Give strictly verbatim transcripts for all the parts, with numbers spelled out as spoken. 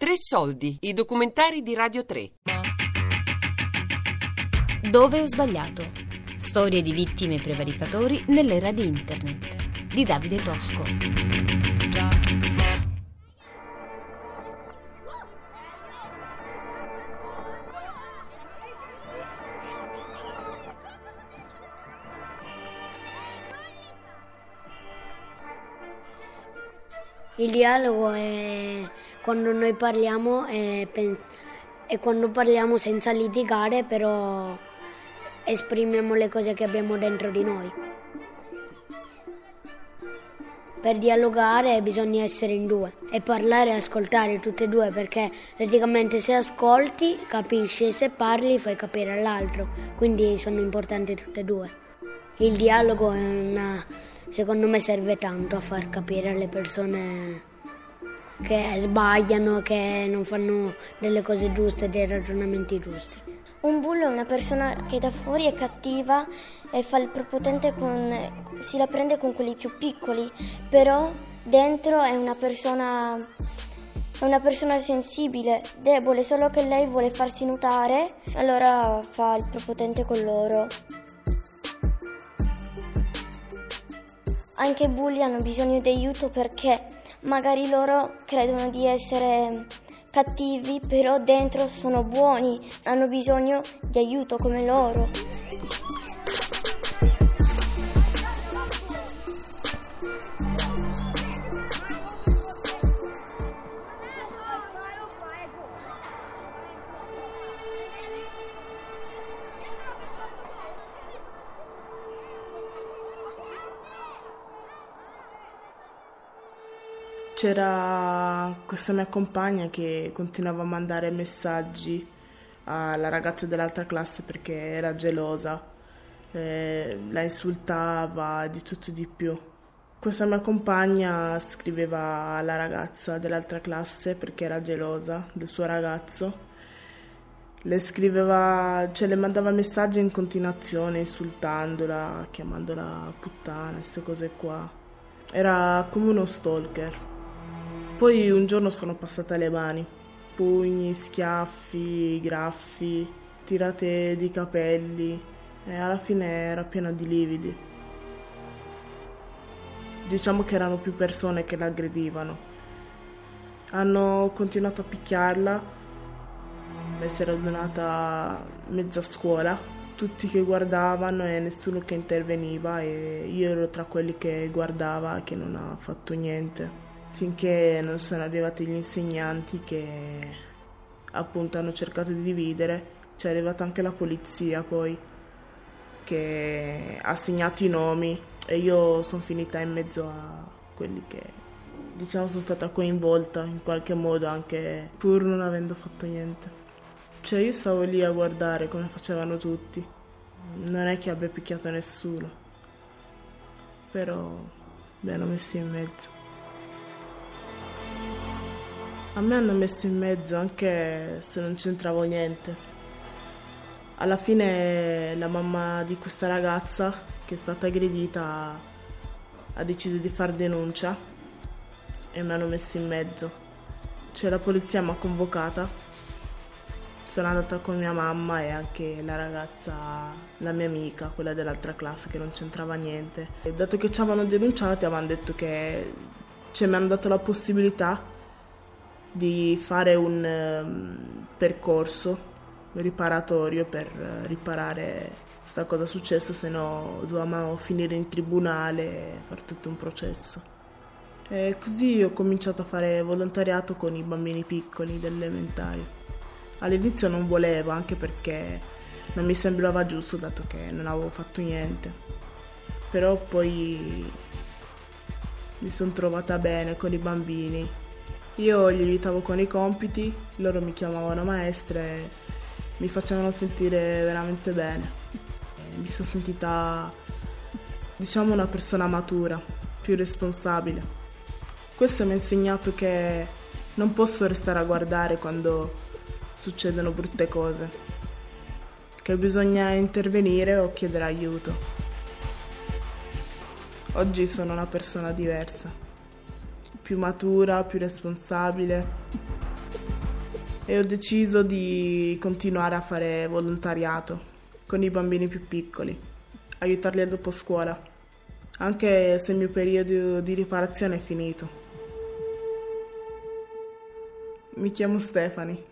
Tre soldi, i documentari di Radio tre. Dove ho sbagliato? Storie di vittime e prevaricatori nell'era di internet di Davide Tosco. Il dialogo è quando noi parliamo è, è quando parliamo senza litigare, però esprimiamo le cose che abbiamo dentro di noi. Per dialogare bisogna essere in due e parlare e ascoltare tutte e due, perché praticamente se ascolti capisci e se parli fai capire all'altro, quindi sono importanti tutte e due. Il dialogo è una, secondo me serve tanto a far capire alle persone che sbagliano, che non fanno delle cose giuste, dei ragionamenti giusti. Un bullo è una persona che da fuori è cattiva e fa il prepotente con, si la prende con quelli più piccoli, però dentro è una persona, è una persona sensibile, debole, solo che lei vuole farsi notare, allora fa il prepotente con loro. Anche i bulli hanno bisogno di aiuto perché magari loro credono di essere cattivi, però dentro sono buoni, hanno bisogno di aiuto come loro. C'era questa mia compagna che continuava a mandare messaggi alla ragazza dell'altra classe perché era gelosa, eh, la insultava di tutto e di più. Questa mia compagna scriveva alla ragazza dell'altra classe perché era gelosa del suo ragazzo. Le scriveva, cioè le mandava messaggi in continuazione insultandola, chiamandola puttana, queste cose qua. Era come uno stalker. Poi un giorno sono passata alle mani, pugni, schiaffi, graffi, tirate di capelli e alla fine era piena di lividi. Diciamo che erano più persone che l'aggredivano. Hanno continuato a picchiarla, lei si era radunata mezza scuola, tutti che guardavano e nessuno che interveniva, e io ero tra quelli che guardava e che non ha fatto niente. Finché non sono arrivati gli insegnanti che appunto hanno cercato di dividere. C'è arrivata anche la polizia poi che ha segnato i nomi e io sono finita in mezzo a quelli che diciamo sono stata coinvolta in qualche modo anche pur non avendo fatto niente. Cioè io stavo lì a guardare come facevano tutti, non è che abbia picchiato nessuno, però mi hanno messo in mezzo. A me hanno messo in mezzo anche se non c'entravo niente. Alla fine la mamma di questa ragazza che è stata aggredita ha deciso di far denuncia e mi hanno messo in mezzo. Cioè la polizia mi ha convocata, sono andata con mia mamma e anche la ragazza, la mia amica, quella dell'altra classe che non c'entrava niente. E dato che ci avevano denunciati avevano detto che cioè, mi hanno dato la possibilità di fare un um, percorso riparatorio per uh, riparare sta cosa successa, se no dovevamo finire in tribunale e fare tutto un processo. E così ho cominciato a fare volontariato con i bambini piccoli delle elementari. All'inizio non volevo, anche perché non mi sembrava giusto dato che non avevo fatto niente, però poi mi sono trovata bene con i bambini. Io gli aiutavo con i compiti, loro mi chiamavano maestra e mi facevano sentire veramente bene. E mi sono sentita, diciamo, una persona matura, più responsabile. Questo mi ha insegnato che non posso restare a guardare quando succedono brutte cose, che bisogna intervenire o chiedere aiuto. Oggi sono una persona diversa, più matura, più responsabile. e ho deciso di continuare a fare volontariato con i bambini più piccoli, aiutarli a dopo scuola, anche se il mio periodo di riparazione è finito. Mi chiamo Stefani.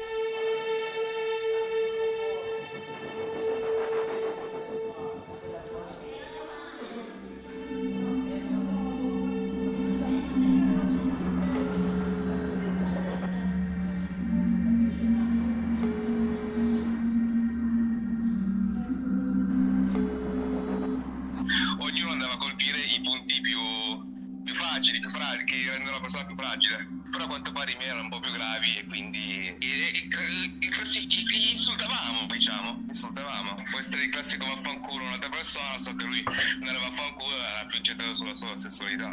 Più fragili, che rendono la persona più fragile, però a quanto pare i miei erano un po' più gravi e quindi e, e, e, e, gli insultavamo, diciamo, insultavamo. Può essere il classico vaffanculo un'altra persona, so che lui non era vaffanculo, era più incentrato sulla sua sessualità.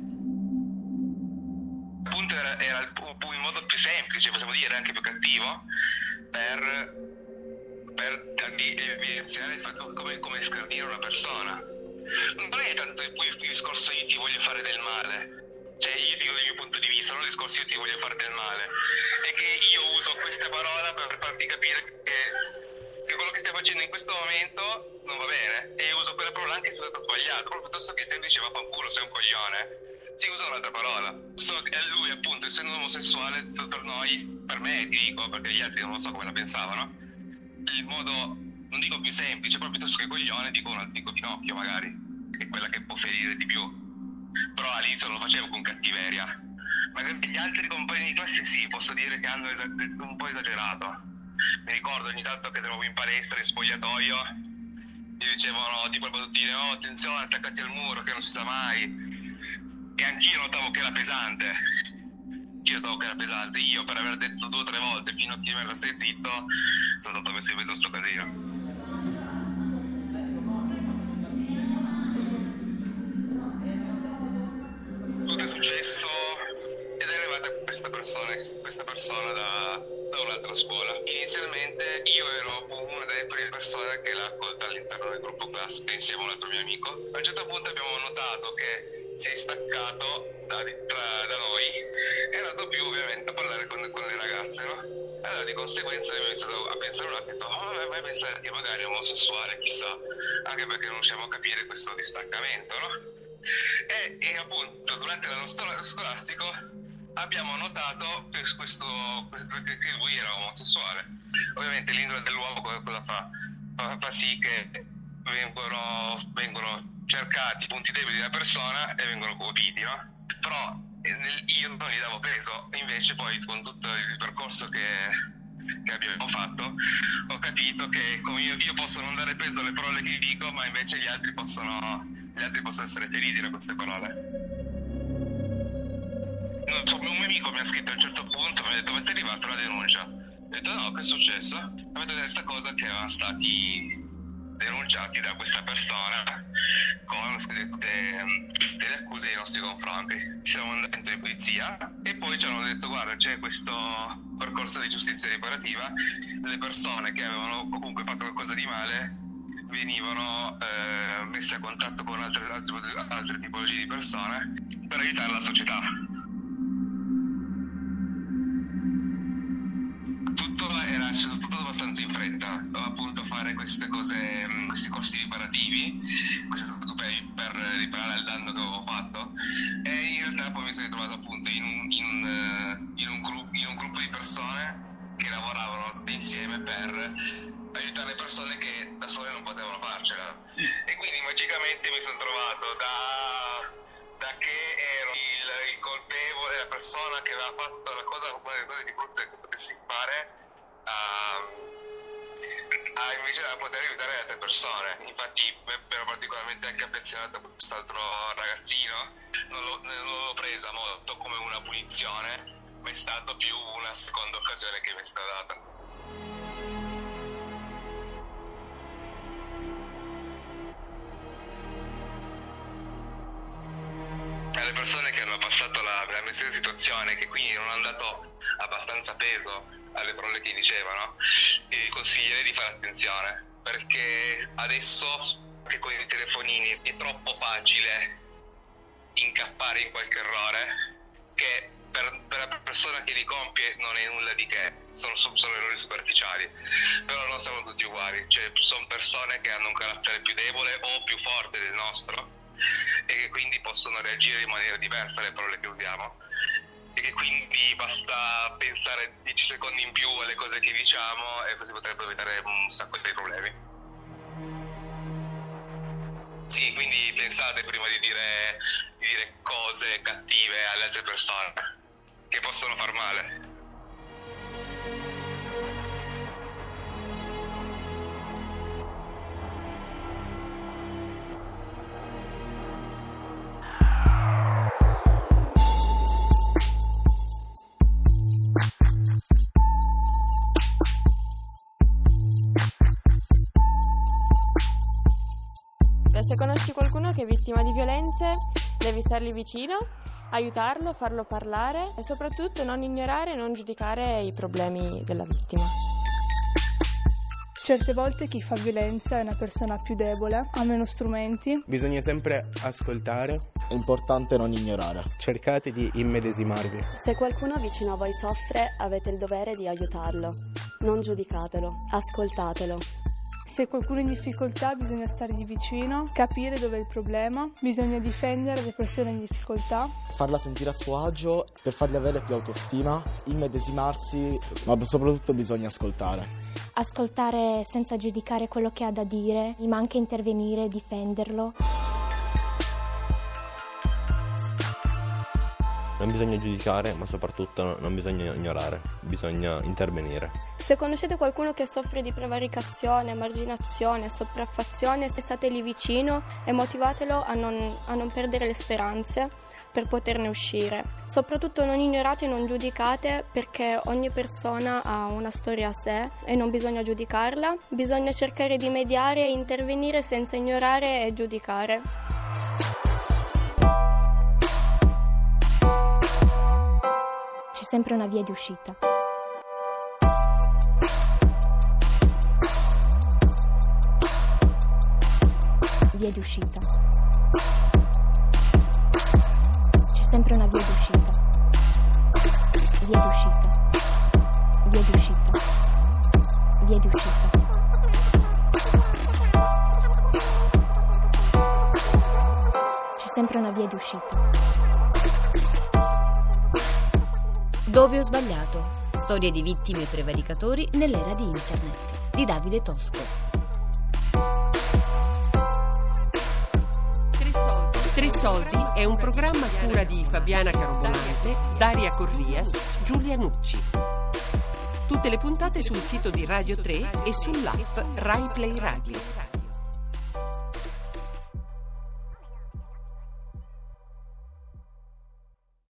Appunto era, era il, il modo più semplice, possiamo dire, anche più cattivo, per, per dargli evidenziare come, come scardire una persona. Non è tanto il, il discorso io ti voglio fare del male, cioè io dico dal mio punto di vista, non il discorso io ti voglio fare del male, è che io uso queste parole per farti capire che, che quello che stai facendo in questo momento non va bene, e uso quella parola anche se è stato sbagliato, proprio piuttosto che se dice vaffanculo sei un coglione, si usa un'altra parola. So che lui appunto, essendo omosessuale, per noi, per me dico, perché gli altri non lo so come la pensavano, il modo, non dico più semplice, però piuttosto che coglione dico, una, dico finocchio magari, che è quella che può ferire di più. Però all'inizio non lo facevo con cattiveria. Magari gli altri compagni di classe sì, posso dire che hanno esa- un po' esagerato. Mi ricordo ogni tanto che trovo in palestra, in spogliatoio, mi dicevano tipo le battutine, oh attenzione, attaccati al muro che non si sa mai. E anch'io notavo che era pesante. Io notavo che era pesante. Io per aver detto due o tre volte fino a che merda stai zitto, sono stato messo in mezzo a sto casino. Tutto è successo ed è arrivata questa persona, questa persona da, da un'altra scuola. Inizialmente io ero una delle prime persone che l'ha accolta all'interno del gruppo classe insieme a un altro mio amico. A un certo punto abbiamo notato che si è staccato da, tra, da noi e è andato più ovviamente a parlare con, con le ragazze, no? Allora di conseguenza ho iniziato a pensare un attimo, oh, vai a pensare che magari è omosessuale, chissà, anche perché non riusciamo a capire questo distaccamento, no? E, e appunto durante l'anno scolastico abbiamo notato che, questo, che, che lui era omosessuale. Ovviamente l'indole dell'uomo cosa fa? Fa, fa sì che vengono, vengono cercati i punti deboli della persona e vengono colpiti, no? Però io non gli davo peso, invece poi con tutto il percorso che, che abbiamo fatto ho capito che come io, io posso non dare peso alle parole che dico, ma invece gli altri possono gli altri possono essere feriti da queste parole. Un mio amico mi ha scritto a un certo punto, mi ha detto ma ti è arrivata una denuncia? Ho detto no, che è successo? Mi ha detto questa cosa che erano stati denunciati da questa persona con tutte, tutte le accuse nei nostri confronti. Siamo andati in polizia e poi ci hanno detto guarda c'è questo percorso di giustizia riparativa, le persone che avevano comunque fatto qualcosa di male venivano eh, messe a contatto con altre, altre, altre tipologie di persone per aiutare la società. Tutto era tutto abbastanza in fretta, appunto fare queste cose, questi corsi riparativi, per, per riparare il danno che avevo fatto, e in realtà poi mi sono ritrovato appunto in un, in un, in un, gruppo, in un gruppo di persone che lavoravano tutte insieme per aiutare le persone che da sole non potevano farcela. E quindi magicamente mi sono trovato da, da che ero il, il colpevole, la persona che aveva fatto la cosa, una delle cose di brutte che potessi fare, a, a invece a poter aiutare le altre persone. Infatti ero particolarmente anche affezionato a quest'altro ragazzino, non l'ho, non l'ho presa molto come una punizione, ma è stato più una seconda occasione che mi è stata data. Le persone che hanno passato la, la mia stessa situazione, che quindi non hanno dato abbastanza peso alle parole che dicevano, eh, consiglierei di fare attenzione, perché adesso anche con i telefonini è troppo facile incappare in qualche errore che per, per la persona che li compie non è nulla di che. sono, sono errori superficiali, però non siamo tutti uguali, cioè sono persone che hanno un carattere più debole o più forte del nostro e che quindi possono reagire in maniera diversa alle parole che usiamo, e che quindi basta pensare dieci secondi in più alle cose che diciamo e si potrebbero evitare un sacco di problemi. Sì, quindi pensate prima di dire, di dire cose cattive alle altre persone che possono far male. Se conosci qualcuno che è vittima di violenze, devi stargli vicino, aiutarlo, farlo parlare e soprattutto non ignorare e non giudicare i problemi della vittima. Certe volte chi fa violenza è una persona più debole, ha meno strumenti. Bisogna sempre ascoltare. È importante non ignorare. Cercate di immedesimarvi. Se qualcuno vicino a voi soffre, avete il dovere di aiutarlo. Non giudicatelo, ascoltatelo. Se qualcuno è in difficoltà bisogna stargli vicino, capire dove è il problema, bisogna difendere le persone in difficoltà. Farla sentire a suo agio per fargli avere più autostima, immedesimarsi, ma soprattutto bisogna ascoltare. Ascoltare senza giudicare quello che ha da dire, ma anche intervenire, difenderlo. Non bisogna giudicare, ma soprattutto non bisogna ignorare, bisogna intervenire. Se conoscete qualcuno che soffre di prevaricazione, emarginazione, sopraffazione, state lì vicino e motivatelo a non, a non perdere le speranze per poterne uscire. Soprattutto non ignorate e non giudicate, perché ogni persona ha una storia a sé e non bisogna giudicarla. Bisogna cercare di mediare e intervenire senza ignorare e giudicare. C'è sempre una via di uscita. Via di uscita. C'è sempre una via di uscita. Via di uscita. Via di uscita. Via di uscita. C'è sempre una via di uscita. Dove ho sbagliato? Storie di vittime e prevaricatori nell'era di internet di Davide Tosco. Tre soldi. Tre soldi è un programma a cura di Fabiana Carobolante, Daria Corrias, Giulia Nucci. Tutte le puntate sul sito di Radio tre e sull'app Rai Play Radio.